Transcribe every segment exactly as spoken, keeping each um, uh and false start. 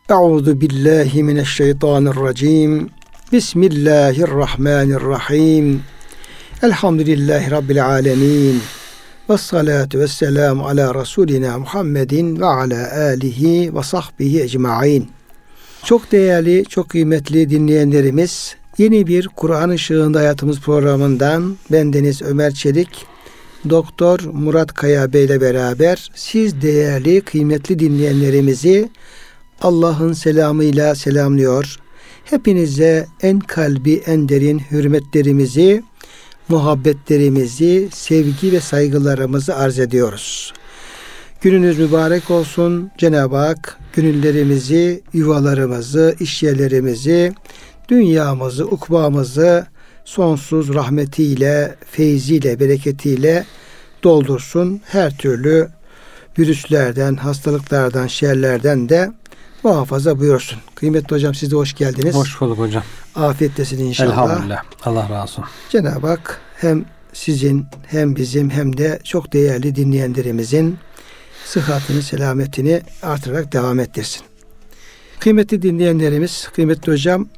Euzu billahi mineşşeytanirracim. Bismillahirrahmanirrahim. Elhamdülillahi Rabbil alemin. Vessalatu vesselamu ala Resulina Muhammedin ve ala alihi ve sahbihi ecmaîn. Çok değerli, çok kıymetli dinleyenlerimiz, yeni bir Kur'an Işığında Hayatımız programından bendeniz Ömer Çelik, Doktor Murat Kaya Bey ile beraber siz değerli, kıymetli dinleyenlerimizi Allah'ın selamıyla selamlıyor. Hepinize en kalbi, en derin hürmetlerimizi, muhabbetlerimizi, sevgi ve saygılarımızı arz ediyoruz. Gününüz mübarek olsun. Cenab-ı Hak gönüllerimizi, yuvalarımızı, işyerlerimizi, dünyamızı, ukbamızı sonsuz rahmetiyle, feyziyle, bereketiyle doldursun. Her türlü virüslerden, hastalıklardan, şerlerden de muhafaza buyursun. Kıymetli hocam, siz de hoş geldiniz. Hoş bulduk hocam. Afiyetlesin inşallah. Elhamdülillah. Allah razı olsun. Cenab-ı Hak hem sizin hem bizim hem de çok değerli dinleyenlerimizin sıhhatini, selametini artırarak devam ettirsin. Kıymetli dinleyenlerimiz, kıymetli hocam,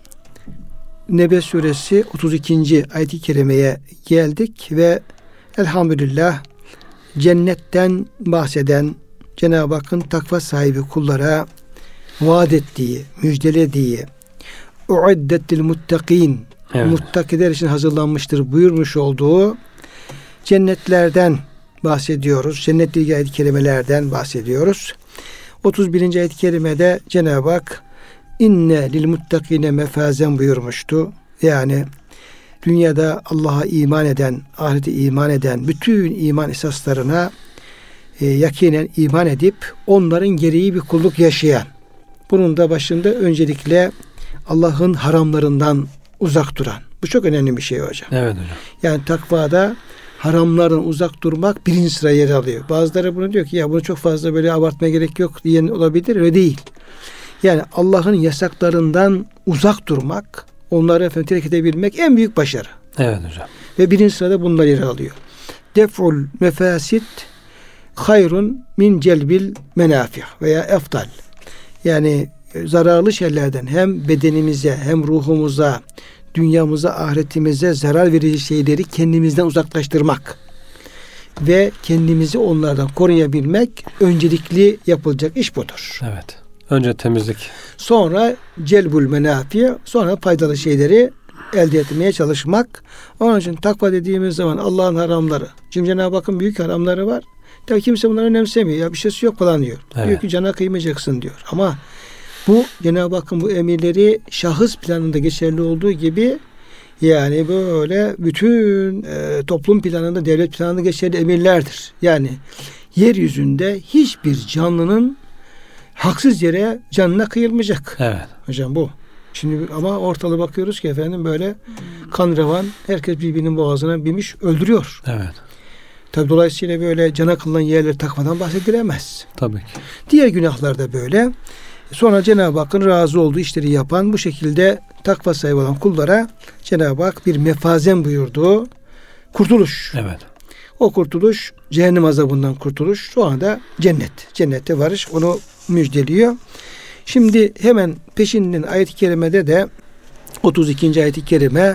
Nebe suresi otuz ikinci ayet-i kerimeye geldik ve elhamdülillah cennetten bahseden, Cenab-ı Hakk'ın takva sahibi kullara vaat ettiği, müjdelediği, uiddetil muttakin, evet, muttakiler için hazırlanmıştır buyurmuş olduğu cennetlerden bahsediyoruz. Cennetle ilgili ayet-i kerimelerden bahsediyoruz. otuz birinci ayet-i kerimede Cenab-ı Hak inne lil muttakine mefazen buyurmuştu. Yani dünyada Allah'a iman eden, ahirete iman eden, bütün iman esaslarına e, yakinen iman edip onların gereği bir kulluk yaşayan. Bunun da başında öncelikle Allah'ın haramlarından uzak duran. Bu çok önemli bir şey hocam. Evet hocam. Yani takvada haramlardan uzak durmak birinci sıraya yer alıyor. Bazıları bunu diyor ki ya bunu çok fazla böyle abartmaya gerek yok diyen olabilir. Öyle değil. Yani Allah'ın yasaklarından uzak durmak, onları efendim terk edebilmek en büyük başarı. Evet hocam. Ve birinci sırada bunlar yer alıyor. Def'ul mefasit hayrun min celbil menafih veya eftal. Yani zararlı şeylerden hem bedenimize hem ruhumuza, dünyamıza, ahiretimize zarar verici şeyleri kendimizden uzaklaştırmak ve kendimizi onlardan koruyabilmek öncelikli yapılacak iş budur. Evet. Önce temizlik. Sonra celbul menafi, sonra faydalı şeyleri elde etmeye çalışmak. Onun için takva dediğimiz zaman Allah'ın haramları. Şimdi Cenab-ı Hakk'ın büyük haramları var. Tabii kimse bunları önemsemiyor. Ya bir şeysi yok falan diyor. Evet. Diyor ki cana kıymayacaksın diyor. Ama bu Cenab-ı Hakk'ın bu emirleri şahıs planında geçerli olduğu gibi yani böyle bütün e, toplum planında, devlet planında geçerli emirlerdir. Yani yeryüzünde hiçbir canlının haksız yere canına kıyılmayacak. Evet. Hocam bu. Şimdi ama ortalığa bakıyoruz ki efendim böyle kan revan, herkes birbirinin boğazına binmiş öldürüyor. Evet. Tabi dolayısıyla böyle cana kılınan yerleri takmadan bahsedilemez. Tabii ki. Diğer günahlar da böyle. Sonra Cenab-ı Hakk'ın razı olduğu işleri yapan, bu şekilde takva sahibi olan kullara Cenab-ı Hak bir mefazen buyurduğu kurtuluş. Evet. O kurtuluş cehennem azabından kurtuluş. Sonra da cennet. Cennette varış onu müjdeliyor. Şimdi hemen peşinden ayet-i kerimede de otuz ikinci ayet-i kerime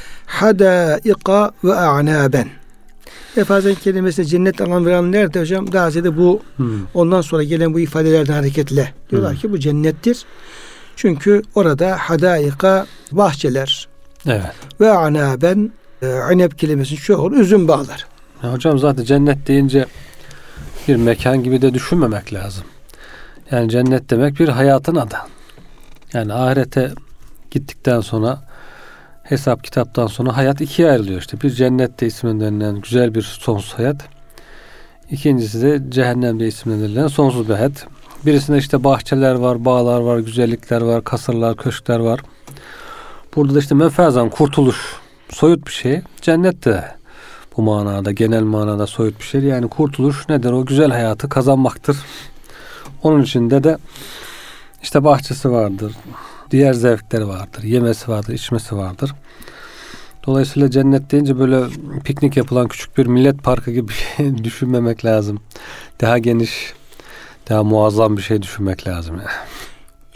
hadaika ve a'naben. Mefazen kelimesi cennet alan veren nerede hocam? Daha ziyade bu hmm. ondan sonra gelen bu ifadelerden hareketle diyorlar hmm. ki bu cennettir. Çünkü orada hadaika bahçeler. Evet. Ve a'naben e, inep kelimesinin çoğulu üzüm bağlar. Ya hocam zaten cennet deyince bir mekan gibi de düşünmemek lazım. Yani cennet demek bir hayatın adı. Yani ahirete gittikten sonra hesap kitaptan sonra hayat ikiye ayrılıyor işte. Bir cennette isimlendirilen güzel bir sonsuz hayat. İkincisi de cehennemde isimlendirilen sonsuz bir hayat. Birisinde işte bahçeler var, bağlar var, güzellikler var, kasırlar, köşkler var. Burada da işte mefazan, kurtuluş, soyut bir şey. Cennette bu manada, genel manada soyut bir şey. Yani kurtuluş nedir? O güzel hayatı kazanmaktır. Onun içinde de işte bahçesi vardır, diğer zevkleri vardır, yemesi vardır, içmesi vardır. Dolayısıyla cennet deyince böyle piknik yapılan küçük bir millet parkı gibi düşünmemek lazım. Daha geniş, daha muazzam bir şey düşünmek lazım. Yani.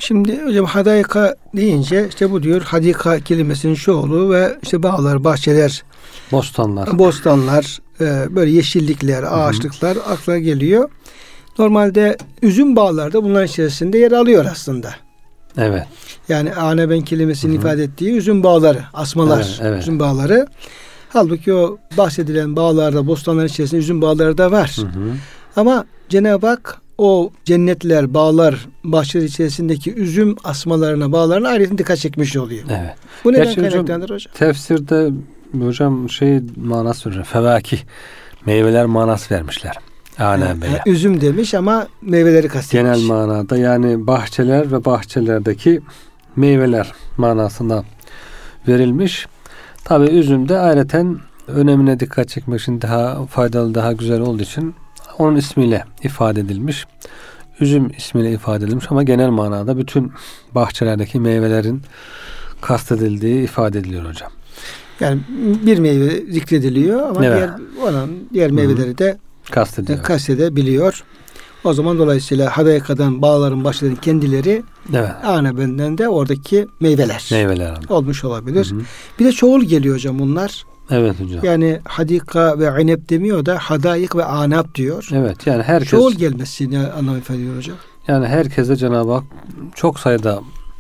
Şimdi hocam hadayka deyince işte bu diyor hadika kelimesinin çoğulu ve işte bağlar, bahçeler, Bostanlar. bostanlar, e, böyle yeşillikler, ağaçlıklar akla geliyor. Normalde üzüm bağları da bunların içerisinde yer alıyor aslında. Evet. Yani anaben kelimesinin Hı hı. ifade ettiği üzüm bağları, asmalar, Evet, evet. üzüm bağları. Halbuki o bahsedilen bağlarda, bostanların içerisinde üzüm bağları da var. Hı hı. Ama Cenab-ı Hak o cennetler, bağlar, bahçeler içerisindeki üzüm asmalarına, bağlarına ayrıca dikkat çekmiş oluyor. Evet. Bu neden Gerçi hocam, kaynaklanır hocam? Tefsirde hocam şey manası veriyor. Fevaki meyveler manası vermişler. Anabe'ye. Yani üzüm demiş ama meyveleri kastetmiş. Genel manada yani bahçeler ve bahçelerdeki meyveler manasında verilmiş. Tabi üzüm de ayrıca önemine dikkat çekmek için daha faydalı, daha güzel olduğu için onun ismiyle ifade edilmiş. Üzüm ismiyle ifade edilmiş ama genel manada bütün bahçelerdeki meyvelerin kastedildiği ifade ediliyor hocam. Yani bir meyve zikrediliyor ama Evet. diğer onun diğer meyveleri de Kastediyor. kastedebiliyor. O zaman dolayısıyla hadayakadan bağların, başların kendileri, Evet. anabenden de oradaki meyveler Meyveler. olmuş olabilir. Hı hı. Bir de çoğul geliyor hocam bunlar. Evet hocam. Yani hadika ve inep demiyor da hadayık ve anap diyor. Evet yani herkes Çoğul gelmesini anlam ifade ediyor hocam. yani herkese Cenab-ı Hak çok sayıda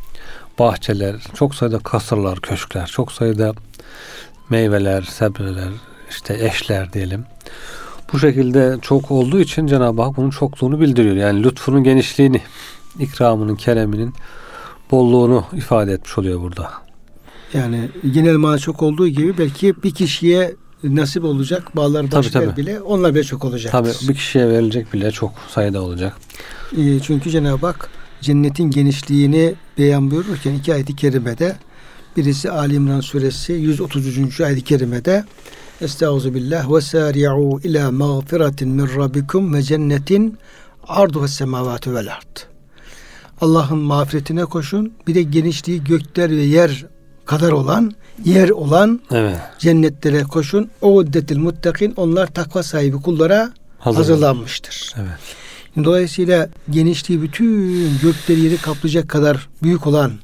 bahçeler, çok sayıda kasırlar, köşkler, çok sayıda meyveler, sebzeler, işte eşler diyelim. Bu şekilde çok olduğu için Cenab-ı Hak bunun çokluğunu bildiriyor. Yani lütfunun genişliğini, ikramının, kereminin bolluğunu ifade etmiş oluyor burada. Yani genel mana çok olduğu gibi belki bir kişiye nasip olacak bağlar, Tabii, başlar tabii. bile onlar bile çok olacaktır. Tabii bir kişiye verilecek bile çok sayıda olacak. Ee, çünkü Cenab-ı Hak cennetin genişliğini beyan buyururken iki ayet-i kerimede, birisi Ali İmran suresi yüz otuz üçüncü ayet-i kerimede Estağfirullah ve sari'u ila mağfiratin min rabbikum ve cennetin arduha semavati vel ard. Allah'ın mağfiretine koşun. Bir de genişliği gökler ve yer kadar olan, yer olan Evet. cennetlere koşun. O uddetil muttakin, onlar takva sahibi kullara Hazır. hazırlanmıştır. Evet. Dolayısıyla genişliği bütün gökleri yeri kaplayacak kadar büyük olan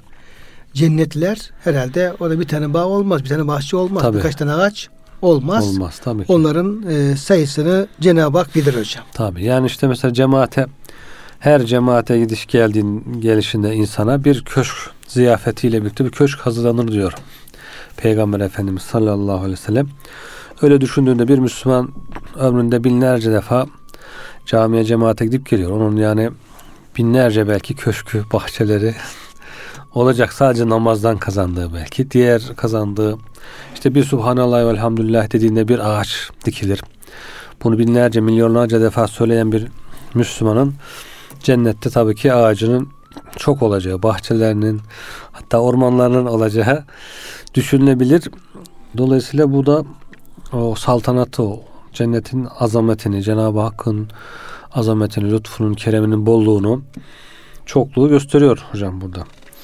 cennetler, herhalde orada bir tane bağ olmaz, bir tane bahçe olmaz, Tabii. birkaç tane ağaç olmaz. Olmaz tabii ki. Onların e, sayısını Cenab-ı Hak bilir hocam. Tabii. Yani işte mesela cemaate, her cemaate gidiş geldiğin gelişinde insana bir köşk ziyafetiyle birlikte bir köşk hazırlanır diyor Peygamber Efendimiz sallallahu aleyhi ve sellem. Öyle düşündüğünde bir Müslüman ömründe binlerce defa camiye, cemaate gidip geliyor. Onun yani binlerce belki köşkü, bahçeleri olacak, sadece namazdan kazandığı belki. Diğer kazandığı işte bir Subhanallah ve Elhamdülillah dediğinde bir ağaç dikilir. Bunu binlerce, milyonlarca defa söyleyen bir Müslümanın cennette tabii ki ağacının çok olacağı, bahçelerinin, hatta ormanlarının olacağı düşünülebilir. Dolayısıyla bu da o saltanatı, o cennetin azametini, Cenab-ı Hakk'ın azametini, lütfunun, kereminin bolluğunu, çokluğu gösteriyor hocam burada.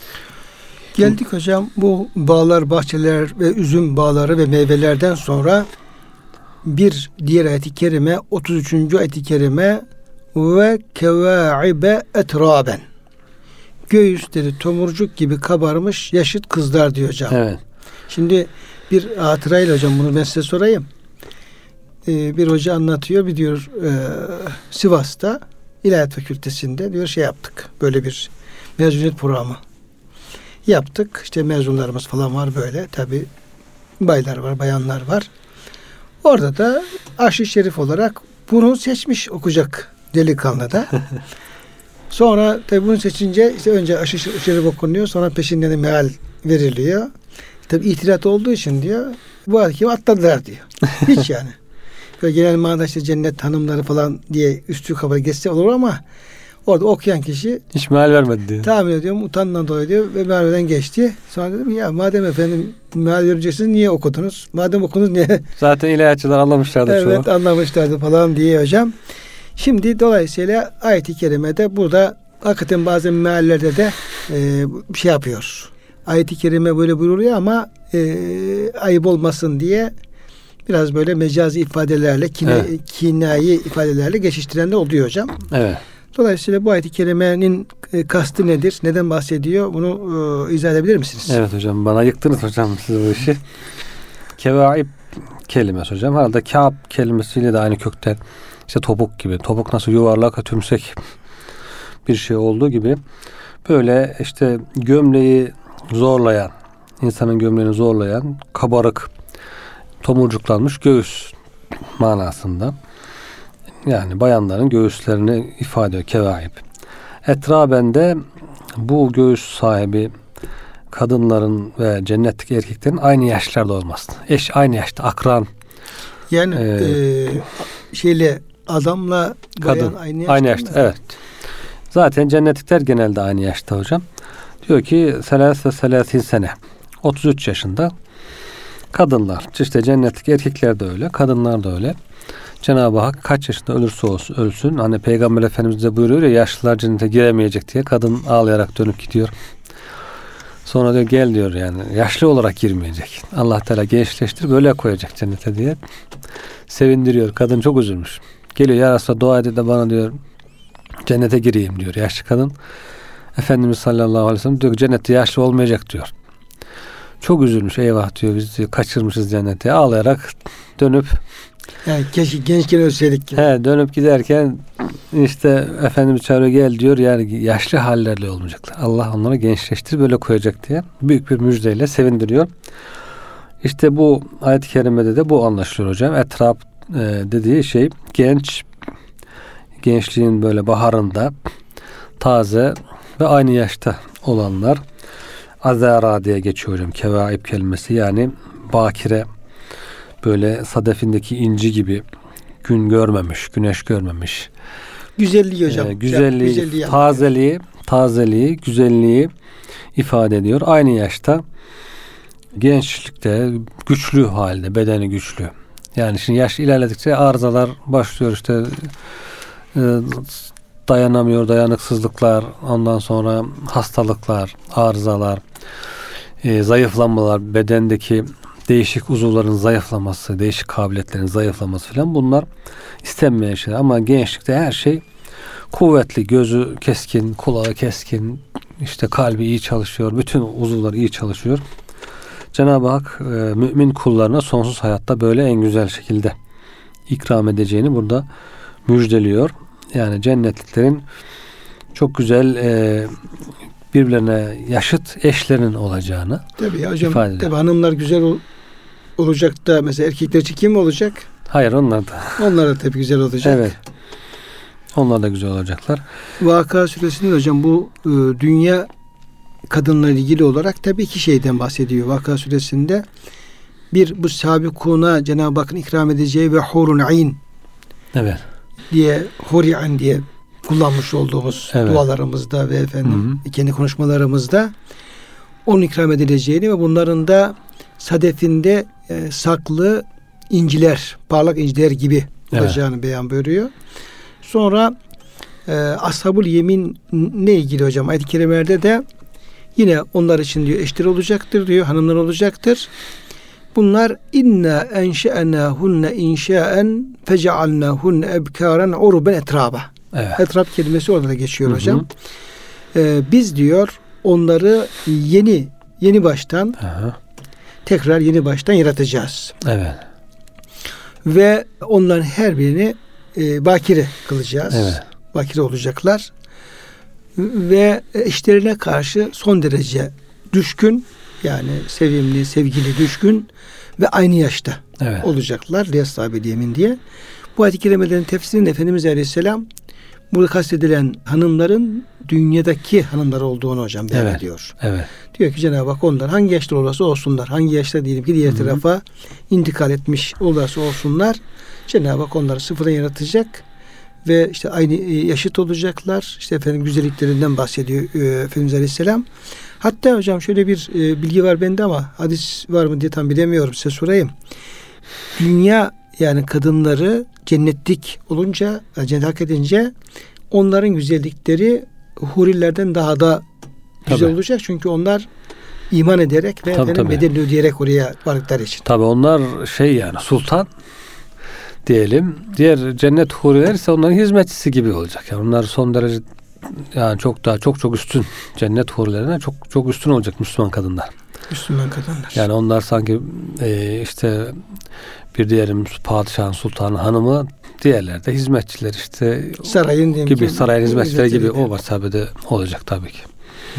Geldik hocam bu bağlar, bahçeler ve üzüm bağları ve meyvelerden sonra bir diğer ayet-i kerime, otuz üçüncü ayet-i kerime ve kevâibe etrâben. Göğüsleri tomurcuk gibi kabarmış yaşıt kızlar diyor hocam. Evet. Şimdi bir hatırayla hocam bunu ben size sorayım. Ee, bir hoca anlatıyor, bir diyor e, Sivas'ta İlahiyat Fakültesi'nde diyor şey yaptık. Böyle bir mezuniyet programı yaptık. İşte mezunlarımız falan var böyle. Tabi baylar var, bayanlar var. Orada da aşı şerif olarak bunu seçmiş okuyacak delikanlı da. Sonra tabi bunu seçince işte önce aşı şerif okunuyor, sonra peşinden de meal veriliyor. Tabi itirat olduğu için diyor bu hakim atladılar diyor. Hiç yani. Böyle genel manada işte cennet hanımları falan diye üstü kapalı geçse olur ama orada okuyan kişi hiç meal vermedi diyor. tahmin ediyorum utandan dolayı diyor ve mealden geçti. Sonra dedim ya madem efendim meal vereceksiniz niye okudunuz? Madem okudunuz niye? Zaten ilahiyatçılar anlamışlardı Evet çoğu. anlamışlardı falan diye hocam. Şimdi dolayısıyla ayet-i kerimede burada hakikaten bazen meallerde de e, bir şey yapıyor. Ayet-i kerime böyle buyuruyor ama e, ayıp olmasın diye biraz böyle mecazi ifadelerle, kine, evet. kinayi ifadelerle geçiştiren de oluyor hocam. Evet. Dolayısıyla bu ayet-i kerimenin e, kastı nedir? Neden bahsediyor? Bunu e, izah edebilir misiniz? Evet hocam, bana yıktınız hocam siz bu işi. Kevaib kelimesi hocam. Herhalde kâb kelimesiyle de aynı kökten, işte topuk gibi. Topuk nasıl yuvarlak, tümsek bir şey olduğu gibi, böyle işte gömleği zorlayan, insanın gömleğini zorlayan kabarık, tomurcuklanmış göğüs manasında. Yani bayanların göğüslerini ifade ediyor kevaib. Etraben de bu göğüs sahibi kadınların ve cennetteki erkeklerin aynı yaşlarda olması. Eş aynı yaşta, akran. Yani Ee, e, şeyle adamla bayan kadın aynı yaşta. aynı yaşta, evet. Zaten cennetlikler genelde aynı yaşta hocam. Diyor ki selâse selâsin sene. otuz üç yaşında kadınlar. İşte cennetlik erkekler de öyle, kadınlar da öyle. Cenab-ı Hak kaç yaşında ölürse olsun, ölsün. Hani Peygamber Efendimiz de buyuruyor ya, yaşlılar cennete giremeyecek diye, kadın ağlayarak dönüp gidiyor. Sonra diyor gel diyor, yani yaşlı olarak girmeyecek. Allah Teala gençleştir böyle koyacak cennete diye sevindiriyor. Kadın çok üzülmüş. Geliyor, ya Resulallah dua edin de bana diyor cennete gireyim diyor yaşlı kadın. Efendimiz sallallahu aleyhi ve sellem diyor ki cennette yaşlı olmayacak diyor. Çok üzülmüş, eyvah diyor, biz diyor, kaçırmışız cenneti. Ağlayarak dönüp, yani keşke gençken ölseydik. he, dönüp giderken işte Efendimiz çağırıyor, gel diyor, yani yaşlı hallerle olmayacaklar. Allah onları gençleştir böyle koyacak diye büyük bir müjdeyle sevindiriyor. İşte bu ayet-i kerimede de bu anlaşılıyor hocam. Etraf e, dediği şey genç, gençliğin böyle baharında taze ve aynı yaşta olanlar. Azara diye geçiyor hocam kevaib kelimesi, yani bakire, böyle sadefindeki inci gibi gün görmemiş, güneş görmemiş. Güzelliği hocam. Ee, güzelliği, güzelliği tazeliği, tazeliği, güzelliği ifade ediyor. Aynı yaşta, gençlikte, güçlü halde, bedeni güçlü. Yani şimdi yaş ilerledikçe arızalar başlıyor, işte e, dayanamıyor, dayanıksızlıklar, ondan sonra hastalıklar, arızalar, e, zayıflanmalar, bedendeki değişik uzuvların zayıflaması, değişik kabiliyetlerin zayıflaması falan, bunlar istenmeyen şeyler. Ama gençlikte her şey kuvvetli, gözü keskin, kulağı keskin, işte kalbi iyi çalışıyor, bütün uzuvlar iyi çalışıyor. Cenab-ı Hak e, mümin kullarına sonsuz hayatta böyle en güzel şekilde ikram edeceğini burada müjdeliyor. Yani cennetliklerin çok güzel e, birbirlerine yaşıt eşlerin olacağını tabii ya hocam, ifade ediyor. tabii hanımlar güzel ol, olacak da mesela erkekler için kim olacak? Hayır, onlar da. Onlar da tabii güzel olacak. Evet. Onlar da güzel olacaklar. Vakıa suresinde hocam bu e, dünya kadınla ilgili olarak tabii iki şeyden bahsediyor Vakıa suresinde. Bir, bu sabikuna Cenab-ı Hakk'ın ikram edeceği ve hurun ayn Evet. diye, huri'an diye kullanmış olduğumuz Evet. dualarımızda ve efendim Hı hı. kendi konuşmalarımızda onun ikram edileceğini ve bunların da sadefinde e, saklı inciler, parlak inciler gibi olacağını evet. beyan buyuruyor. Sonra e, Ashab-ül Yemin'le ilgili hocam ayet-i kerimelerde de yine onlar için diyor eşler olacaktır diyor, hanımlar olacaktır. Bunlar inna enşe'nâhunne inşaen fecealnâhunne ebkâren uruben etrâba. Evet. Etrab kelimesi orada da geçiyor Hı hı. hocam. Ee, biz diyor onları yeni yeni baştan Aha. tekrar yeni baştan yaratacağız. Evet. Ve onların her birini e, bakire kılacağız. Evet. Bakire olacaklar. Ve eşlerine karşı son derece düşkün, yani sevimli, sevgili, düşkün ve aynı yaşta Evet. olacaklar. Liyas-sahibil yemin diye. Bu ayet-i kerimelerin tefsirinde Efendimiz Aleyhisselam burada kastedilen hanımların dünyadaki hanımlar olduğunu hocam beyan Evet. ediyor. Evet. Diyor ki Cenab-ı Hak onlar hangi yaşta olursa olsunlar, hangi yaşta diyelim ki diğer Hı-hı. tarafa intikal etmiş olursa olsunlar, Cenab-ı Hak onları sıfırdan yaratacak ve işte aynı yaşıt olacaklar. İşte efendim güzelliklerinden bahsediyor e, Efendimiz Aleyhisselam. Hatta hocam şöyle bir e, bilgi var bende ama hadis var mı diye tam bilemiyorum, size sorayım. Dünya yani kadınları cennetlik olunca, cennet hak edince onların güzellikleri hurilerden daha da güzel Tabii. olacak. Çünkü onlar iman ederek ve Tabii, efendim tabii. bedelini ödeyerek oraya vardıkları için. Tabii onlar şey, yani sultan, diyelim. Diğer cennet huriler ise onların hizmetçisi gibi olacak. Yani onlar son derece yani çok daha çok çok üstün cennet hurilerine çok çok üstün olacak Müslüman kadınlar. Müslüman kadınlar. Yani onlar sanki e, işte bir diyelim padişahın sultanı hanımı, diğerler de hizmetçiler işte sarayın gibi ki, sarayın hizmetçileri gibi gibi. o mesabede olacak tabii ki. Hı.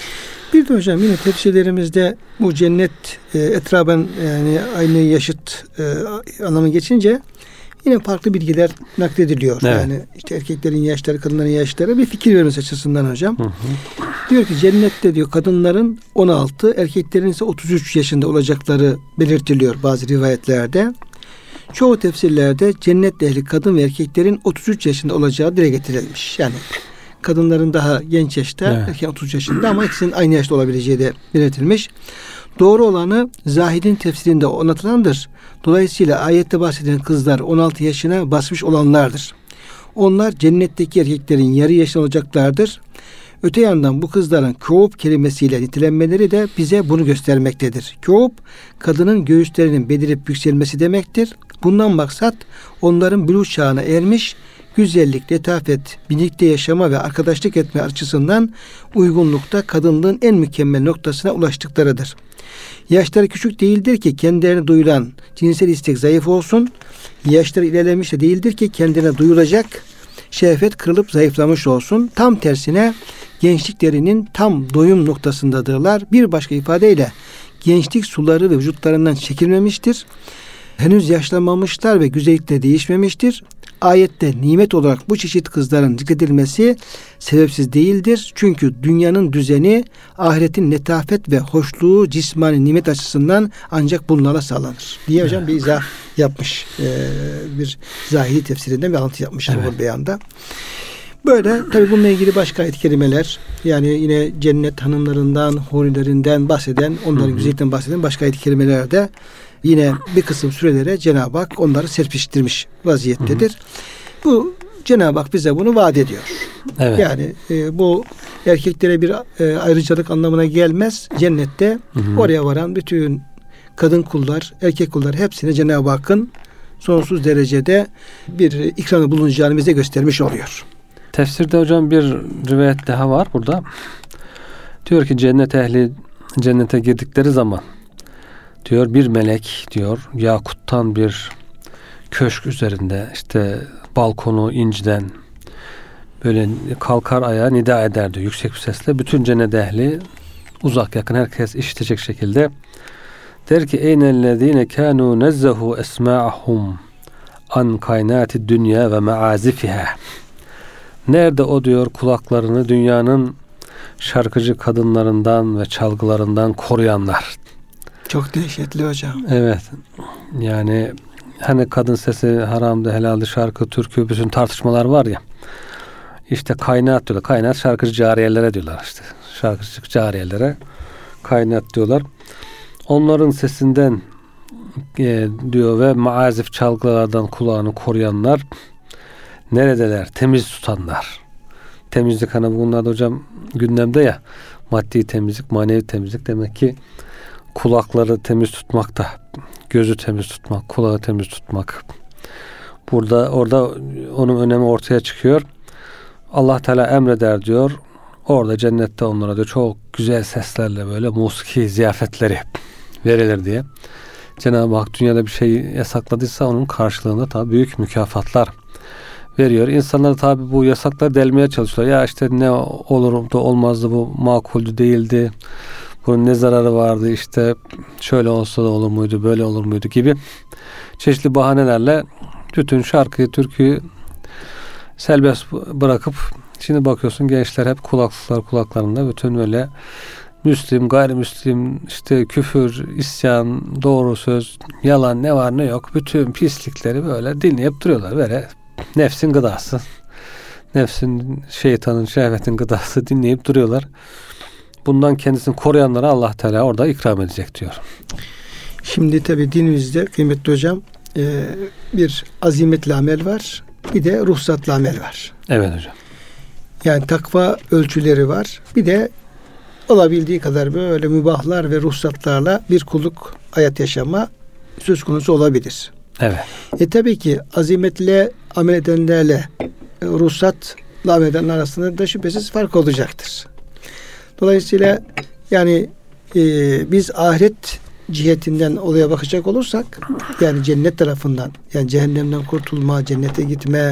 Bir de hocam yine tefsirlerimizde bu cennet e, etraben yani aynı yaşıt e, anlamı geçince yine farklı bilgiler naklediliyor. Evet. Yani işte erkeklerin yaşları, kadınların yaşları bir fikir vermesi açısından hocam. Hı hı. Diyor ki cennette diyor kadınların on altı, erkeklerin ise otuz üç yaşında olacakları belirtiliyor bazı rivayetlerde. Çoğu tefsirlerde cennet ehli kadın ve erkeklerin otuz üç yaşında olacağı dile getirilmiş. Yani kadınların daha genç yaşta, evet. erkeğin otuz yaşında ama ikisinin aynı yaşta olabileceği de belirtilmiş. Doğru olanı Zahid'in tefsirinde anlatılandır. Dolayısıyla ayette bahsedilen kızlar on altı yaşına basmış olanlardır. Onlar cennetteki erkeklerin yarı yaşında olacaklardır. Öte yandan bu kızların kûb kelimesiyle nitelenmeleri de bize bunu göstermektedir. Kûb, kadının göğüslerinin belirip yükselmesi demektir. Bundan maksat onların buluğ çağına ermiş, güzellik, letafet, birlikte yaşama ve arkadaşlık etme açısından uygunlukta kadınlığın en mükemmel noktasına ulaştıklarıdır. Yaşları küçük değildir ki kendilerine duyulan cinsel istek zayıf olsun. Yaşları ilerlemiş de değildir ki kendilerine duyulacak şehvet kırılıp zayıflamış olsun. Tam tersine gençliklerinin tam doyum noktasındadırlar. Bir başka ifadeyle gençlik suları ve vücutlarından çekilmemiştir. Henüz yaşlanmamışlar ve güzellikle değişmemiştir. Ayette nimet olarak bu çeşit kızların zikredilmesi sebepsiz değildir. Çünkü dünyanın düzeni ahiretin letafet ve hoşluğu cismani nimet açısından ancak bunlarla sağlanır diye hocam bir izah yapmış. Ee, bir zahiri tefsirinden bir alıntı yapmış evet. Bu beyanda. Böyle tabi bununla ilgili başka ayet kelimeler yani yine cennet hanımlarından, hurilerinden bahseden, onların güzellikten bahseden başka ayet kelimeler de yine bir kısım sürelere Cenab-ı Hak onları serpiştirmiş vaziyettedir. Hı hı. Bu Cenab-ı Hak bize bunu vaat ediyor. Evet. Yani e, bu erkeklere bir e, ayrıcalık anlamına gelmez. Cennette hı hı. oraya varan bütün kadın kullar, erkek kullar hepsine Cenab-ı Hakk'ın sonsuz derecede bir ikramı bulunacağını bize göstermiş oluyor. Tefsirde hocam bir rivayet daha var burada. Diyor ki cennet ehli cennete girdikleri zaman diyor bir melek diyor yakuttan bir köşk üzerinde işte balkonu inciden böyle kalkar ayağa nida eder diyor yüksek bir sesle. Bütün cennet ehli uzak yakın herkes işitecek şekilde der ki eynellezine kânû nezzehu esma'ahum an kaynâti dünya ve meazifiha. Nerede o diyor kulaklarını dünyanın şarkıcı kadınlarından ve çalgılarından koruyanlar. Çok dehşetli hocam. Evet. Yani hani kadın sesi haramdı, helaldi, şarkı, türkü, bütün tartışmalar var ya. İşte kaynat diyorlar. Kaynat şarkıcı cariyelere diyorlar işte. Şarkıcı cariyelere kaynat diyorlar. Onların sesinden e, diyor ve maazif çalgılardan kulağını koruyanlar neredeler? Temiz tutanlar. Temizlik hani bunlar da hocam gündemde ya. Maddi temizlik, manevi temizlik demek ki kulakları temiz tutmak da, gözü temiz tutmak, kulağı temiz tutmak. Burada orada onun önemi ortaya çıkıyor. Allah Teala emreder diyor. Orada cennette onlara diyor çok güzel seslerle böyle musiki ziyafetleri verilir diye. Cenab-ı Hak dünyada bir şey yasakladıysa onun karşılığında tabii büyük mükafatlar veriyor. İnsanlar tabii bu yasakları delmeye çalışıyorlar. Ya işte ne olur da olmazdı, bu makuldü değildi. Bunun ne zararı vardı, işte şöyle olsa da olur muydu, böyle olur muydu gibi çeşitli bahanelerle bütün şarkıyı, türküyü serbest bırakıp şimdi bakıyorsun gençler hep kulaklıklar kulaklarında bütün böyle Müslim, gayrimüslim, işte küfür, isyan, doğru söz, yalan ne var ne yok bütün pislikleri böyle dinleyip duruyorlar. Böyle nefsin gıdası, nefsin, şeytanın, şehvetin gıdası dinleyip duruyorlar. Bundan kendisini koruyanlara Allah Teala orada ikram edecek diyor. Şimdi tabi dinimizde kıymetli hocam bir azimetli amel var, bir de ruhsatlı amel var. Evet hocam. Yani takva ölçüleri var. Bir de olabildiği kadar böyle mübahlar ve ruhsatlarla bir kulluk hayat yaşama söz konusu olabilir. Evet. E tabii ki azimetle amel edenlerle e, ruhsatla amel edenler arasında da şüphesiz fark olacaktır. Dolayısıyla yani e, biz ahiret cihetinden olaya bakacak olursak, yani cennet tarafından, yani cehennemden kurtulma, cennete gitme,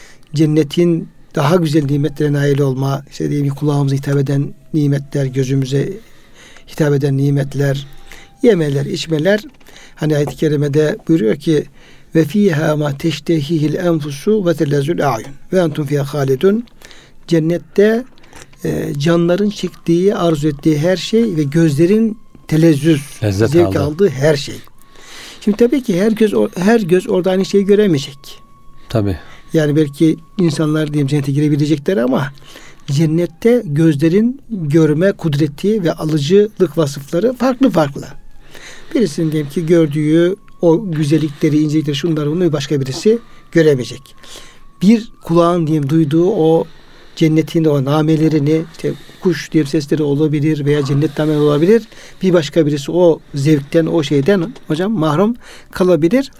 cennetin daha güzel nimetlere nail olma, işte diyelim ki kulağımıza hitap eden nimetler, gözümüze hitap eden nimetler, yemeler, içmeler, hani ayet-i kerimede buyuruyor ki ve fiha ma teştehihil enfusu ve telezül a'yun ve entum fiha halidun. Cennette e, canların çektiği, arzu ettiği her şey ve gözlerin telezzüz, lezzet zevk aldı. aldığı her şey. Şimdi tabii ki her göz her göz orada aynı şeyi göremeyecek. Tabii. Yani belki insanlar diyeyim cennete girebilecekler ama cennette gözlerin görme kudreti ve alıcılık vasıfları farklı farklı. Birisinin diyelim ki gördüğü o güzellikleri, incelikleri, şunları bunu başka birisi göremeyecek. Bir kulağın diyeyim duyduğu o cennetin o namelerini, işte kuş diye sesleri olabilir veya cennet nameleri olabilir. Bir başka birisi o zevkten, o şeyden hocam mahrum kalabilir.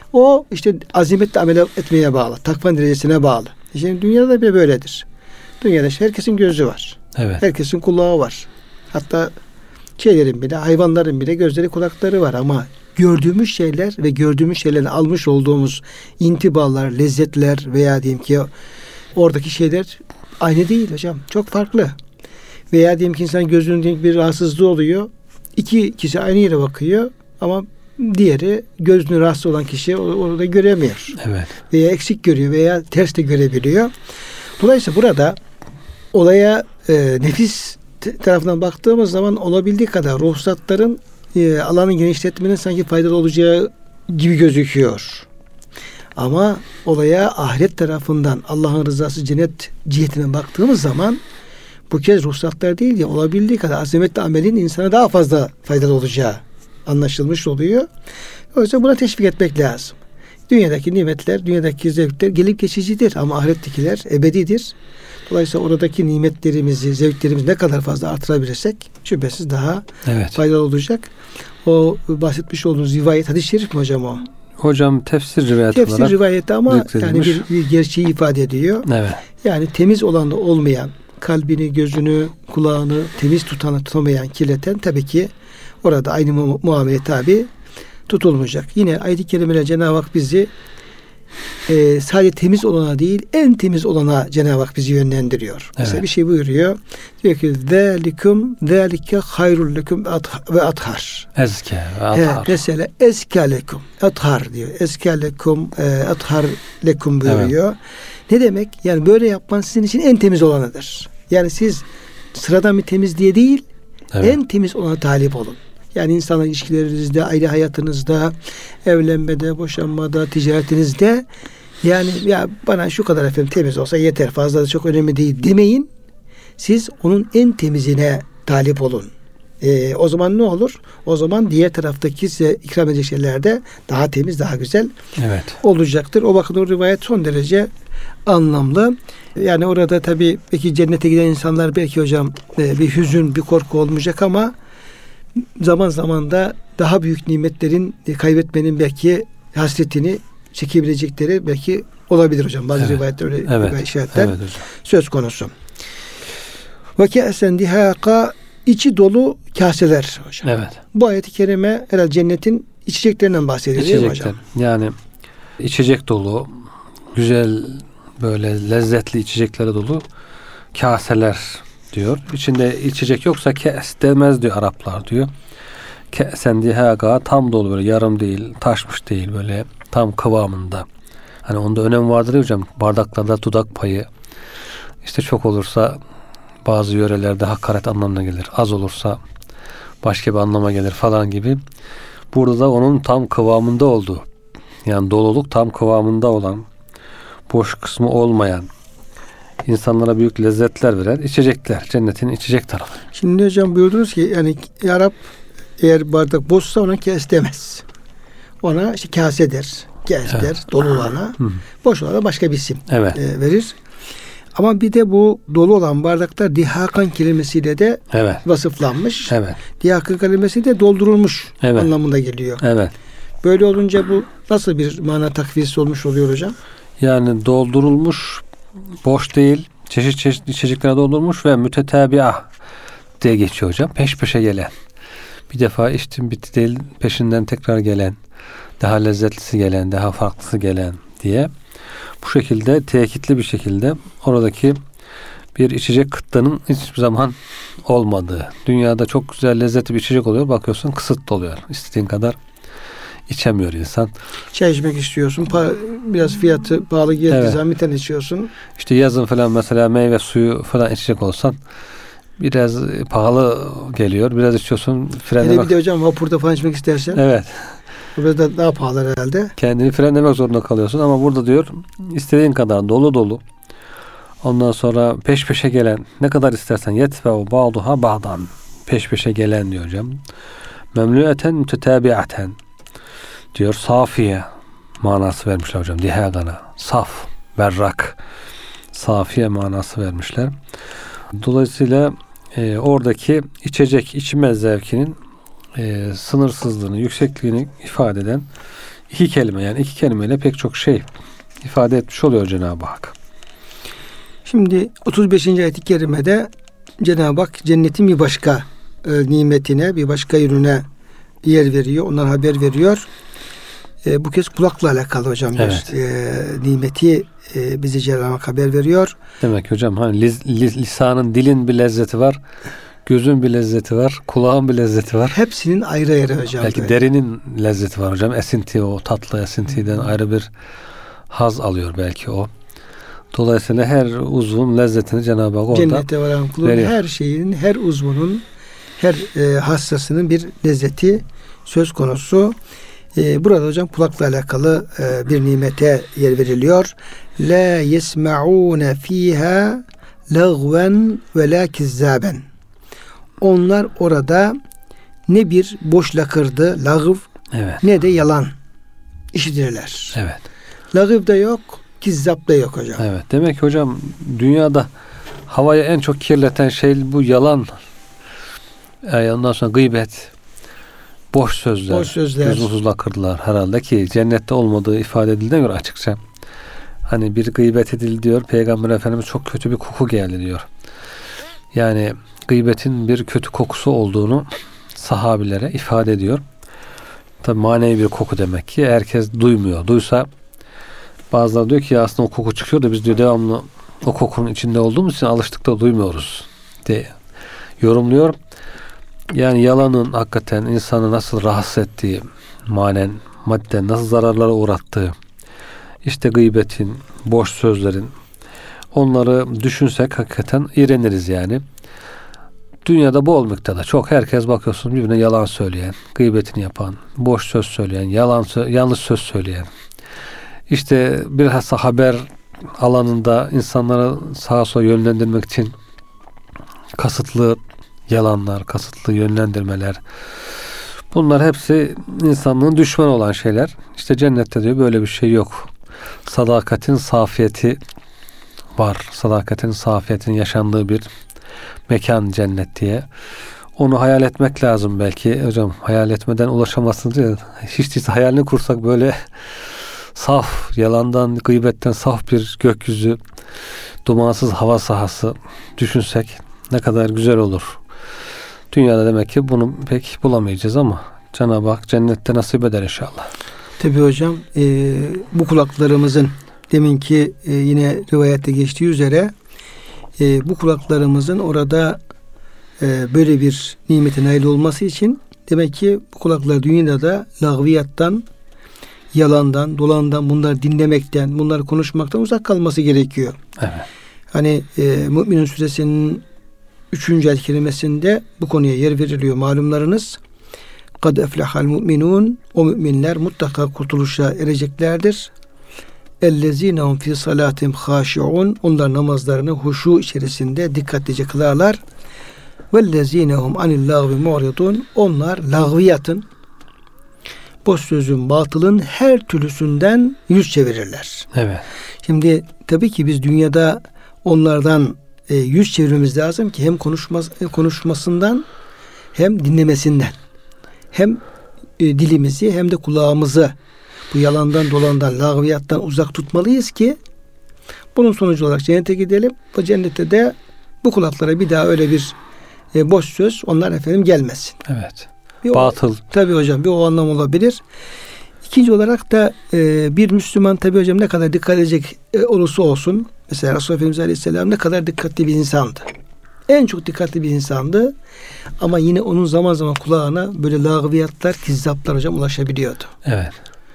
O işte azimetle amel etmeye bağlı. Takva derecesine bağlı. Şimdi dünyada bile böyledir. Dünyada herkesin gözü var. Evet. Herkesin kulağı var. Hatta şeylerin bile, hayvanların bile gözleri, kulakları var ama gördüğümüz şeyler ve gördüğümüz şeylerden almış olduğumuz intibalar, lezzetler veya diyeyim ki oradaki şeyler aynı değil hocam. Çok farklı. Veya diyelim ki insan gözünün bir rahatsızlığı oluyor. İki kişi aynı yere bakıyor ama diğeri gözünü rahatsız olan kişi orada göremiyor. Evet. Veya eksik görüyor veya ters de görebiliyor. Dolayısıyla burada olaya e, nefis tarafından baktığımız zaman olabildiği kadar ruhsatların e, alanı genişletmenin sanki faydalı olacağı gibi gözüküyor. Ama olaya ahiret tarafından Allah'ın rızası cennet cihetine baktığımız zaman bu kez ruhsatlar değil ya olabildiği kadar azametli amelin insana daha fazla faydalı olacağı anlaşılmış oluyor. O yüzden buna teşvik etmek lazım. Dünyadaki nimetler, dünyadaki zevkler gelip geçicidir ama ahirettekiler ebedidir. Dolayısıyla oradaki nimetlerimizi, zevklerimizi ne kadar fazla artırabilirsek şüphesiz daha evet. faydalı olacak. O bahsetmiş olduğunuz rivayet, hadis-i şerif mi hocam o? Hocam tefsir rivayeti tefsir olarak rivayeti ama yani bir, bir gerçeği ifade ediyor. Evet. Yani temiz olan da olmayan, kalbini, gözünü, kulağını temiz tutanı tutamayan, kirleten tabii ki orada aynı mu- muamele tabi tutulmayacak. Yine ayet-i kerimede Cenab-ı Hak bizi e, sadece temiz olana değil, en temiz olana Cenab-ı Hak bizi yönlendiriyor. Evet. Mesela bir şey buyuruyor. Diyor ki zâlikum zâlike hayrul lekum ve athar. Ezke ve athar. athar. Mesela eske lekum, athar diyor. Eske lekum, e, athar lekum buyuruyor. Evet. Ne demek? Yani böyle yapman sizin için en temiz olanıdır. Yani siz sıradan bir temizliğe değil, evet. en temiz olana talip olun. Yani insanla ilişkilerinizde, aile hayatınızda, evlenmede, boşanmada, ticaretinizde yani ya bana şu kadar efendim temiz olsa yeter, fazla da çok önemli değil demeyin. Siz onun en temizine talip olun. Ee, o zaman ne olur? O zaman diğer taraftaki size ikram edecek şeyler de daha temiz, daha güzel evet. olacaktır. O bakın o rivayet son derece anlamlı. Yani orada tabii belki cennete giden insanlar belki hocam e, bir hüzün, bir korku olmayacak ama zaman zaman da daha büyük nimetlerin kaybetmenin belki hasretini çekebilecekleri belki olabilir hocam. Bazı evet. rivayetler öyle evet. işaretler evet söz konusu. Ve kâsen dihâka içi dolu kaseler hocam. Evet. Bu ayet-i kerime herhalde cennetin içeceklerinden bahsediyor değil mi hocam? Yani içecek dolu, güzel böyle lezzetli içeceklere dolu kaseler diyor. İçinde içecek yoksa kes demez diyor Araplar diyor. Kesen dihaga tam dolu böyle yarım değil, taşmış değil böyle tam kıvamında. Hani onda önem vardır ya hocam. Bardaklarda dudak payı. İşte çok olursa bazı yörelerde hakaret anlamına gelir. Az olursa başka bir anlama gelir falan gibi. Burada da onun tam kıvamında olduğu. Yani doluluk tam kıvamında olan, boş kısmı olmayan, insanlara büyük lezzetler veren içecekler. Cennetin içecek tarafı. Şimdi hocam buyurdunuz ki yani Arap eğer bardak boşsa ona kes demez. Ona işte kase der. Kes der. Evet. Dolu olana. Hı. Boş olana başka bir isim evet. e, verir. Ama bir de bu dolu olan bardaklar dihakan kelimesiyle de evet. vasıflanmış. Evet. Dihakan kelimesi de doldurulmuş evet. anlamında geliyor. Evet. Böyle olunca bu nasıl bir mana takviyesi olmuş oluyor hocam? Yani doldurulmuş, boş değil, çeşit çeşit içeceklere doldurmuş ve mütetabi'a diye geçiyor hocam. Peş peşe gelen. Bir defa içtim bitti değil, peşinden tekrar gelen, daha lezzetlisi gelen, daha farklısı gelen diye. Bu şekilde tekitli bir şekilde oradaki bir içecek kıtlığının hiçbir zaman olmadığı. Dünyada çok güzel lezzetli bir içecek oluyor. Bakıyorsun kısıtlı oluyor. İstediğin kadar içemiyor insan. Çay içmek istiyorsun. Pa- biraz fiyatı pahalı geldiği Evet. zaman bir tane içiyorsun. İşte yazın falan mesela meyve suyu falan içecek olsan biraz pahalı geliyor. Biraz içiyorsun. Frenlemek. Hele bir de hocam vapurda falan içmek istersen. Evet. Burada da daha pahalı herhalde. Kendini frenlemek zorunda kalıyorsun ama burada diyor istediğin kadar dolu dolu. Ondan sonra peş peşe gelen ne kadar istersen yet ve o bağduha bağdan peş peşe gelen diyor hocam. Memlüeten mütetabiaten diyor. Safiye manası vermişler hocam. Dihagana. Saf, berrak. Safiye manası vermişler. Dolayısıyla e, oradaki içecek içme zevkinin e, sınırsızlığını, yüksekliğini ifade eden iki kelime, yani iki kelimeyle pek çok şey ifade etmiş oluyor Cenab-ı Hak. Şimdi otuz beşinci ayet-i kerimede Cenab-ı Hak cennetin bir başka e, nimetine, bir başka ürüne yer veriyor. Onlara haber veriyor. E, bu kez kulakla alakalı hocam. Evet. Bir, e, nimeti e, bize Cenab-ı Hak haber veriyor. Demek ki hocam hani liz, liz, lisanın, dilin bir lezzeti var. Gözün bir lezzeti var. Kulağın bir lezzeti var. Hepsinin ayrı ayrı hocam. Belki böyle. derinin lezzeti var hocam. Esinti, o tatlı esintiden ayrı bir haz alıyor belki o. Dolayısıyla her uzvun lezzetini Cenab-ı Hak orada Cennete varan kulun veriyor. her şeyin, her uzvunun, her e, hassasının bir lezzeti söz konusu. E, burada hocam kulakla alakalı e, bir nimete yer veriliyor. La yesma'un fiha lagwen ve la kizzaben. Onlar orada ne bir boş lakırdı, lagıv, Evet. ne de yalan işitirler. Evet. Lagıv da yok, kizzap da yok hocam. Evet. Demek ki hocam dünyada havayı en çok kirleten şey bu yalan. Yani ondan sonra gıybet, boş sözler, Boş sözler. lüzumsuz lakırdılar herhalde ki cennette olmadığı ifade edildiğine göre açıkça. Hani bir gıybet edildi diyor. Peygamber Efendimiz çok kötü bir koku geldi diyor. Yani gıybetin bir kötü kokusu olduğunu sahabilere ifade ediyor. Tabi manevi bir koku demek ki. Herkes duymuyor. Duysa bazıları diyor ki ya aslında o koku çıkıyor da biz diyor devamlı o kokunun içinde olduğumuz için alıştık da duymuyoruz diye yorumluyor. Yani yalanın hakikaten insanı nasıl rahatsız ettiği, manen, madden nasıl zararlara uğrattığı, işte gıybetin, boş sözlerin, onları düşünsek hakikaten iğreniriz yani. Dünyada bol miktarda çok herkes bakıyorsun birbirine yalan söyleyen, gıybetini yapan, boş söz söyleyen, yalan sö- yanlış söz söyleyen. İşte bilhassa haber alanında insanları sağa sola yönlendirmek için kasıtlı yalanlar, kasıtlı yönlendirmeler. Bunlar hepsi insanlığın düşmanı olan şeyler. İşte cennette diyor böyle bir şey yok. Sadakatin safiyeti var. Sadakatin safiyetinin yaşandığı bir mekan cennet diye. Onu hayal etmek lazım belki. Hocam hayal etmeden ulaşamazsınız diye. Hiç değilse hayalini kursak böyle saf, yalandan, gıybetten saf bir gökyüzü, dumansız hava sahası düşünsek ne kadar güzel olur. Dünyada demek ki bunu pek bulamayacağız ama Cenab-ı Hak cennette nasip eder inşallah. Tabii hocam e, bu kulaklarımızın deminki e, yine rivayette geçtiği üzere e, bu kulaklarımızın orada e, böyle bir nimetin nail olması için demek ki bu kulaklar dünyada da lağviyattan, yalandan, dolandan, bunları dinlemekten, bunları konuşmaktan uzak kalması gerekiyor. Evet. Hani e, Mü'minun suresinin üçüncü ayet kelimesinde bu konuya yer veriliyor malumlarınız. Kad eflehal mu'minun, o müminler mutlaka kurtuluşa ereceklerdir. Ellezinehum fi salatim haşiun, onlar namazlarını huşu içerisinde dikkatlice kılarlar. Vellezinehum anil lagvi mu'ridun, onlar lağviyatın, boş sözün, batılın her türlüsünden yüz çevirirler. Evet. Şimdi tabii ki biz dünyada onlardan e, yüz çevirmemiz lazım ki hem konuşmaz, konuşmasından hem dinlemesinden hem e, dilimizi hem de kulağımızı bu yalandan dolandan, lağviyattan uzak tutmalıyız ki bunun sonucu olarak cennete gidelim. Bu cennette de bu kulaklara bir daha öyle bir e, boş söz onlar efendim gelmesin. Evet. Bir Batıl. O, tabii hocam bir o anlam olabilir. İkinci olarak da e, bir Müslüman tabii hocam ne kadar dikkat edecek e, olursa olsun. Mesela Resulullah Efendimiz Aleyhisselam ne kadar dikkatli bir insandı. En çok dikkatli bir insandı. Ama yine onun zaman zaman kulağına böyle lağviyatlar, kizzaplar hocam ulaşabiliyordu. Evet.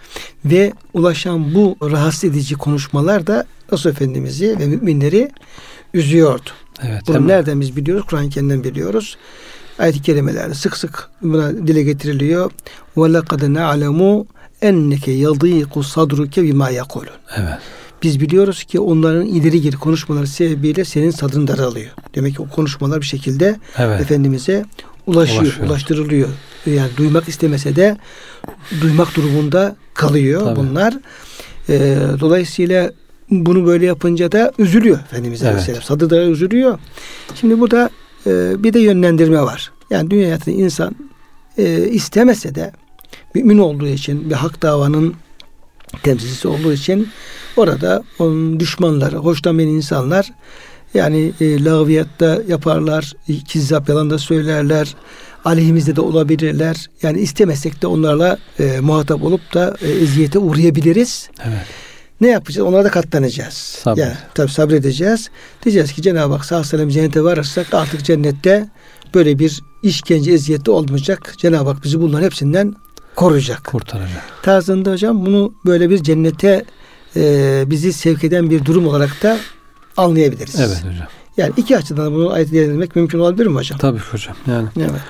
Ve ulaşan bu rahatsız edici konuşmalar da Resulullah Efendimiz'i ve müminleri üzüyordu. Evet. Bunu Hemen. nereden biz biliyoruz? Kur'an-ı Kerim'den biliyoruz. Ayet-i kerimelerde sık sık buna dile getiriliyor. وَلَقَدْ نَعْلَمُ enneke yadîku sadruke bimâ yekulun. Evet. Biz biliyoruz ki onların ileri geri konuşmaları sebebiyle senin sadrın daralıyor. Demek ki o konuşmalar bir şekilde Evet. Efendimiz'e ulaşıyor, Ulaşıyor. ulaştırılıyor. Yani duymak istemese de duymak durumunda kalıyor Tabii. bunlar. Ee, dolayısıyla bunu böyle yapınca da üzülüyor Efendimiz Evet. Aleyhisselam. Sadı da üzülüyor. Şimdi burada e, bir de yönlendirme var. Yani dünya hayatında insan e, istemese de mümin olduğu için bir hak davanın temsilcisi olduğu için orada onun düşmanları, hoşlanmayan insanlar yani e, lağviyatta yaparlar, kizzap yalan da söylerler, aleyhimizde de olabilirler. Yani istemesek de onlarla e, muhatap olup da e, eziyete uğrayabiliriz. Evet. Ne yapacağız? Onlara da katlanacağız. Sabret. Yani tabii sabredeceğiz. Diyeceğiz ki Cenab-ı Hak sağ salim cennete varırsak artık cennette böyle bir işkence eziyeti olmayacak. Cenab-ı Hak bizi bunların hepsinden koruyacak. Kurtaracak. Tarzında hocam bunu böyle bir cennete e, bizi sevk eden bir durum olarak da anlayabiliriz. Evet hocam. Yani iki açıdan bunu ayet değerlendirmek mümkün olabilir mi hocam? Tabii hocam. Yani Evet.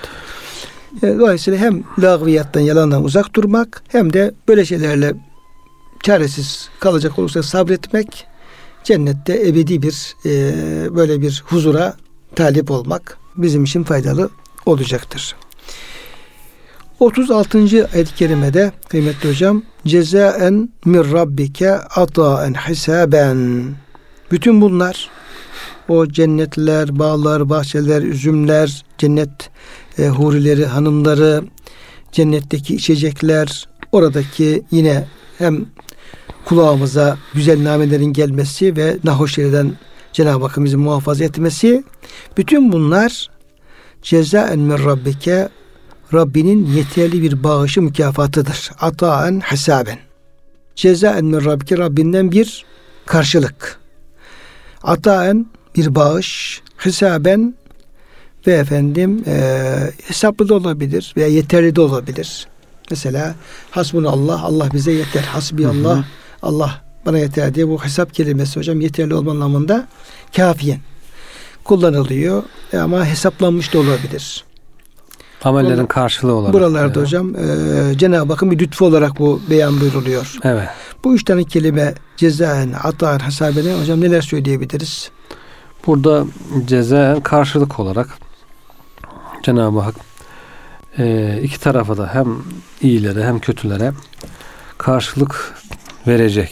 E, dolayısıyla hem lağviyattan, yalandan uzak durmak hem de böyle şeylerle çaresiz kalacak olursa sabretmek, cennette ebedi bir e, böyle bir huzura talip olmak bizim için faydalı olacaktır. otuz altıncı ayet-i kerimede kıymetli hocam, cezaen min rabbike ataen hisaben. Bütün bunlar o cennetler, bağlar, bahçeler, üzümler, cennet e, hurileri, hanımları, cennetteki içecekler, oradaki yine hem kulağımıza güzel namelerin gelmesi ve nahoş şeylerden Cenab-ı Hakk'ın bizi muhafaza etmesi, bütün bunlar cezaen min rabbike, Rabbinin yeterli bir bağışı mükafatıdır. Ataen hesaben. Cezaen min rabbike, Rabbinden bir karşılık. Ataen bir bağış, hesaben ve efendim e, hesaplı da olabilir veya yeterli de olabilir. Mesela hasbunallah, Allah bize yeter. Hasbiyallah, hı hı. Allah bana yeter diye bu hesap kelimesi hocam yeterli olma anlamında kafiyen kullanılıyor. E, ama hesaplanmış da olabilir. Amellerin Burada, karşılığı olarak. Buralarda ya. hocam e, Cenab-ı Hakk'ın bir lütfu olarak bu beyan buyruluyor. Evet. Bu üç tane kelime cezaen, ataen, hesabene hocam neler söyleyebiliriz? Burada cezaen karşılık olarak Cenab-ı Hak e, iki tarafa da hem iyilere hem kötülere karşılık verecek.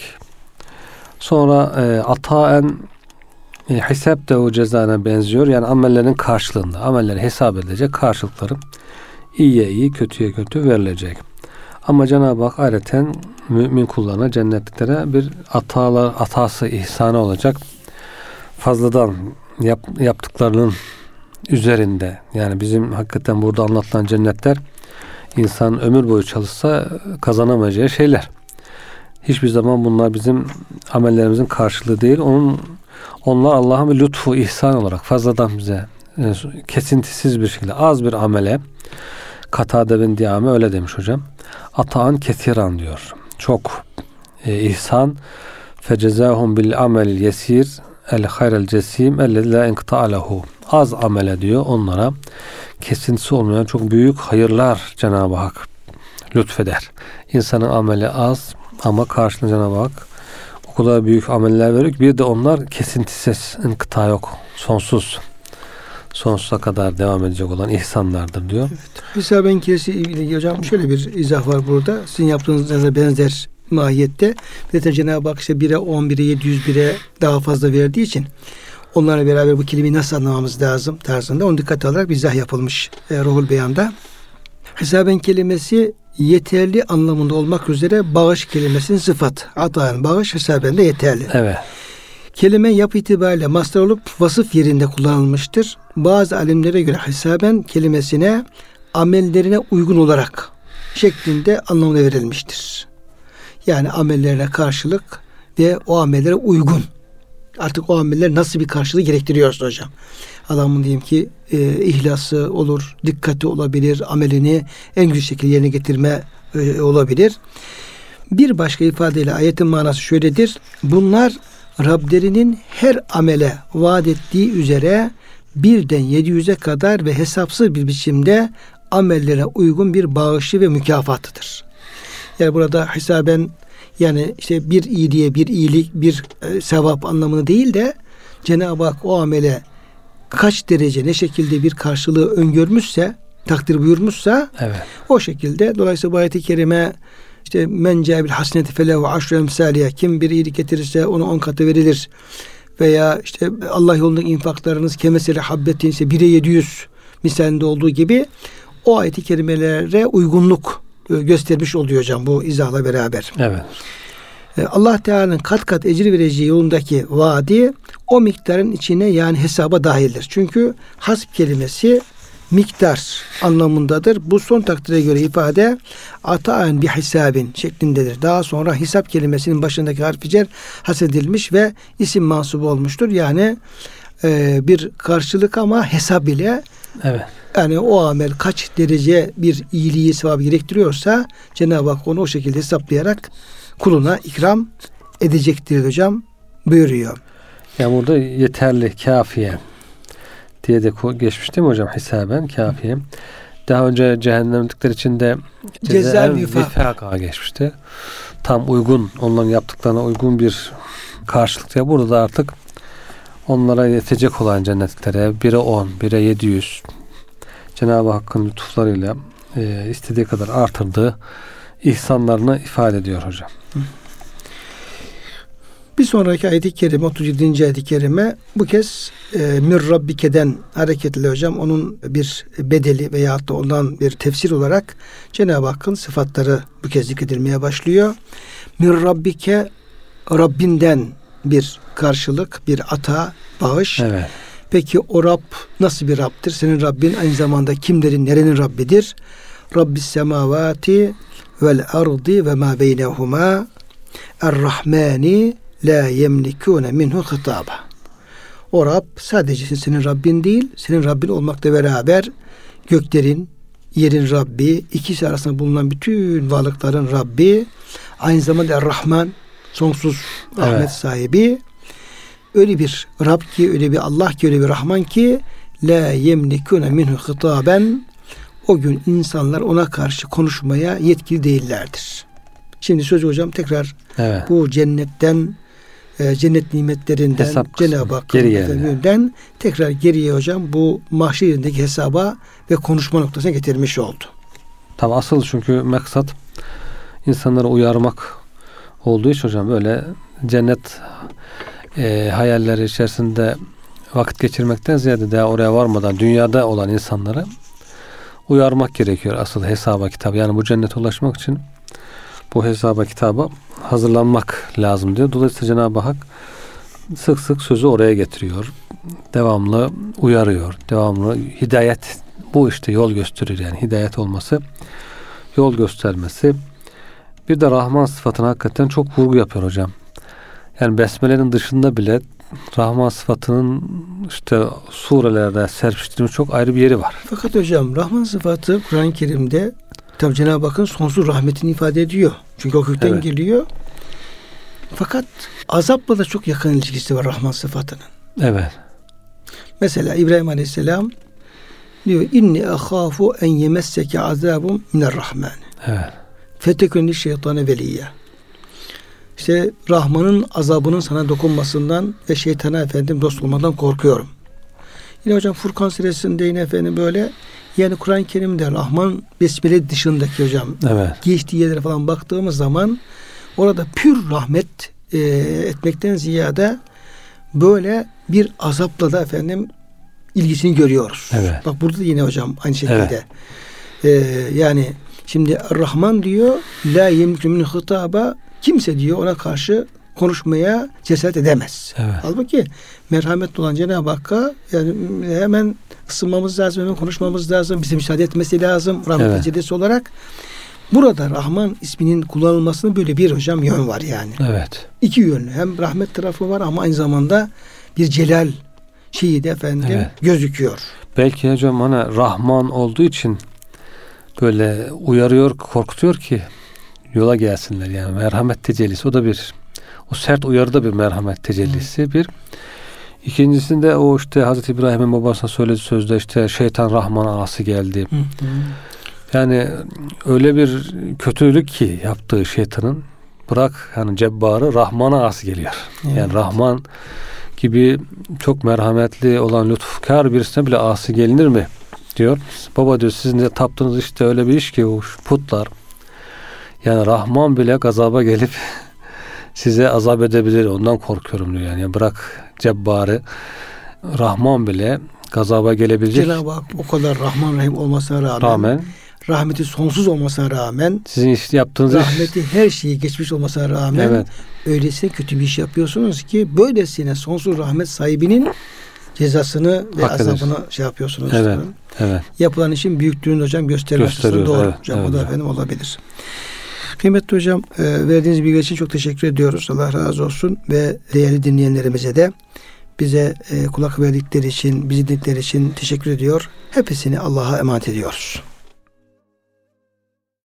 Sonra e, ataen e, hesap da o cezana benziyor. Yani amellerin karşılığında. Amelleri hesap edecek karşılıkları iyiye iyi, kötüye kötü verilecek. Ama Cenab-ı Hak ayrıca mümin kullarına, cennetliklere bir atalar, atası, ihsanı olacak. Fazladan yap, yaptıklarının üzerinde. Yani bizim hakikaten burada anlatılan cennetler insan ömür boyu çalışsa kazanamayacağı şeyler. Hiçbir zaman bunlar bizim amellerimizin karşılığı değil. Onun onlar Allah'ın bir lütfu, ihsan olarak fazladan bize e, kesintisiz bir şekilde az bir amele, Katade bin Diyame öyle demiş hocam. Ata'an kesiran diyor. Çok e, ihsan. Fecezahum bil amelil yesir el hayrel cesim ellezî la inqita'a lehu. Az amele diyor onlara. Kesintisi olmayan çok büyük hayırlar Cenab-ı Hak lütfeder. İnsanın ameli az ama karşılığında Cenab-ı Hak o kadar büyük ameller veriyor ki bir de onlar kesintisiz, inkıta yok. Sonsuz. Sonsuza kadar devam edecek olan ihsanlardır diyor. Evet. Hesaben kiresi ilgili hocam şöyle bir izah var burada. Sizin yaptığınızda benzer mahiyette. Zaten Cenab-ı Hak işte bire on, bire yedi yüz, bire daha fazla verdiği için onlarla beraber bu kelimeyi nasıl anlamamız lazım tarzında onu dikkate alarak bir izah yapılmış e, Ruhul Beyan'da. Hesaben kelimesi yeterli anlamında olmak üzere bağış kelimesinin sıfatı. Ataen bağış, hesaben de yeterli. Evet. Kelime yapı itibariyle mastar olup vasıf yerinde kullanılmıştır. Bazı alimlere göre hesaben kelimesine amellerine uygun olarak şeklinde anlamına verilmiştir. Yani amellerine karşılık ve o amellere uygun. Artık o ameller nasıl bir karşılığı gerektiriyorsa hocam. Adamın diyeyim ki e, ihlası olur, dikkati olabilir, amelini en güzel şekilde yerine getirme e, olabilir. Bir başka ifadeyle ayetin manası şöyledir. Bunlar Rablerinin her amele vaat ettiği üzere birden yedi yüze kadar ve hesapsız bir biçimde amellere uygun bir bağışı ve mükafatıdır. Yani burada hesaben yani işte bir iyiliğe bir iyilik, bir e, sevap anlamını değil de Cenab-ı Hak o amele kaç derece ne şekilde bir karşılığı öngörmüşse, takdir buyurmuşsa evet. O şekilde dolayısıyla bu ayet-i kerime işte men câbil haseneti felehu aşru emsâliye, kim bir iyilik getirirse ona on katı verilir veya işte Allah yolundaki infaklarınız kemeseli habbetin ise bire yedi yüz misalinde olduğu gibi o ayet-i kerimelere uygunluk göstermiş oluyor hocam bu izahla beraber. Evet. Allah Teala'nın kat kat ecir vereceği yolundaki vaadi o miktarın içine yani hesaba dahildir. Çünkü hasb kelimesi miktar anlamındadır. Bu son takdire göre ifade ataen bi hisabin şeklindedir. Daha sonra hesap kelimesinin başındaki harf-i cer hasedilmiş ve isim mansubu olmuştur. Yani e, bir karşılık ama hesap ile evet. Yani o amel kaç derece bir iyiliği sevabı gerektiriyorsa Cenab-ı Hak onu o şekilde hesaplayarak kuluna ikram edecektir hocam buyuruyor. Ya burada yeterli, kafiye diye de geçmiş değil mi hocam? Hisaben, kafiye. Daha önce cehennemlikler için de ceza vifaka geçmişti. Tam uygun, onların yaptıklarına uygun bir karşılık. Ya burada da artık onlara yetecek olan cennetlere bire on, bire yedi yüz Cenab-ı Hakk'ın lütuflarıyla e, istediği kadar artırdığı ihsanlarını ifade ediyor hocam. Bir sonraki ayet-i kerime otuz yedinci ayet-i kerime bu kez e, Mir Rabbike'den hareketle hocam onun bir bedeli veyahut da ondan bir tefsir olarak Cenab-ı Hakk'ın sıfatları bu kez zikredilmeye başlıyor. Mir Rabbike, Rabbinden bir karşılık, bir ata, bağış. Evet. Peki o Rab nasıl bir Rab'dir? Senin Rabbin aynı zamanda kimlerin, nerenin Rabbidir? Rabbis semavati vel ardi ve ma beynehuma er-Rahmani la yemlikune minhu hitaba. O Rab sadece senin Rabbin değil, senin Rabbin olmakla beraber göklerin, yerin Rabbi, ikisi arasında bulunan bütün varlıkların Rabbi, aynı zamanda Er-Rahman, sonsuz rahmet evet. sahibi. Öyle bir Rab ki, öyle bir Allah ki, öyle bir Rahman ki la yemlikune minhu hitaben, o gün insanlar ona karşı konuşmaya yetkili değillerdir. Şimdi sözü hocam tekrar evet. bu cennetten e, cennet nimetlerinden hesap Cenab-ı Hakk'ın tekrar geriye hocam bu mahşer yerindeki hesaba ve konuşma noktasına getirmiş oldu. Tabi asıl çünkü maksat insanları uyarmak olduğu için hocam böyle cennet e, hayalleri içerisinde vakit geçirmekten ziyade daha oraya varmadan dünyada olan insanları uyarmak gerekiyor asıl hesaba kitabı. Yani bu cennete ulaşmak için bu hesaba kitaba hazırlanmak lazım diyor. Dolayısıyla Cenab-ı Hak sık sık sözü oraya getiriyor. Devamlı uyarıyor. Devamlı hidayet, bu işte yol gösterir yani hidayet olması, yol göstermesi. Bir de Rahman sıfatına hakikaten çok vurgu yapıyor hocam. Yani Besmele'nin dışında bile Rahman sıfatının işte surelerde serpiştirilmiş çok ayrı bir yeri var. Fakat hocam Rahman sıfatı Kur'an-ı Kerim'de tabi Cenab-ı Hakk'ın sonsuz rahmetini ifade ediyor. Çünkü o kökten evet. geliyor. Fakat azapla da çok yakın ilişkisi var Rahman sıfatının. Evet. Mesela İbrahim Aleyhisselam diyor inni ahafu en yemesseke azabum minerrahman. Evet. Fetekünni şeytane veliyye. İşte Rahman'ın azabının sana dokunmasından ve şeytana efendim dost olmadan korkuyorum. Yine hocam Furkan suresinde yine efendim böyle yani Kur'an-ı Kerim'de Rahman Besmele dışındaki hocam evet. geçtiği yerlere falan baktığımız zaman orada pür rahmet e, etmekten ziyade böyle bir azapla da efendim ilgisini görüyoruz. Evet. Bak burada da yine hocam aynı şekilde evet. e, yani Şimdi Rahman diyor la yemliku min hitaba, kimse diyor ona karşı konuşmaya cesaret edemez. Evet. Halbuki merhametli olan Cenab-ı Hakk'a yani hemen ısınmamız lazım, hemen konuşmamız lazım, bize müsaade etmesi lazım rahmet Evet. tecelisi olarak. Burada Rahman isminin kullanılmasının böyle bir hocam yön var yani. Evet. İki yönlü. Hem rahmet tarafı var ama aynı zamanda bir celal şeyi de efendim Evet. gözüküyor. Belki hocam hani Rahman olduğu için böyle uyarıyor, korkutuyor ki yola gelsinler yani. Merhamet tecellisi o da bir, o sert uyarı da bir merhamet tecellisi hmm. bir. İkincisinde o işte Hazreti İbrahim'in babasına söylediği sözde işte şeytan Rahman'a asi geldi. Hmm. Yani öyle bir kötülük ki yaptığı şeytanın, bırak yani cebbarı, Rahman'a asi geliyor. Evet. Yani Rahman gibi çok merhametli olan lütufkar birisine bile asi gelinir mi diyor. Baba diyor, sizin de taptığınız işte öyle bir iş ki o putlar, yani Rahman bile gazaba gelip size azap edebilir, ondan korkuyorum diyor. Yani bırak cebbarı, Rahman bile gazaba gelebilecek. Cenab-ı Hak o kadar Rahman Rahim olmasına rağmen, rağmen rahmeti sonsuz olmasına rağmen, sizin işte yaptığınız rahmeti iş, her şeyi geçmiş olmasına rağmen evet. öylesine kötü bir iş yapıyorsunuz ki böylesine sonsuz rahmet sahibinin cezasını ve hak azabını eder. Şey yapıyorsunuz. Evet, evet. Yapılan işin büyüklüğünü hocam göstermesi doğru. Evet, hocam evet, o da evet. efendim olabilir. Kıymetli hocam, verdiğiniz bilgiler için çok teşekkür ediyoruz. Allah razı olsun ve değerli dinleyenlerimize de bize kulak verdikleri için, bizi dinledikleri için teşekkür ediyor. Hepsini Allah'a emanet ediyoruz.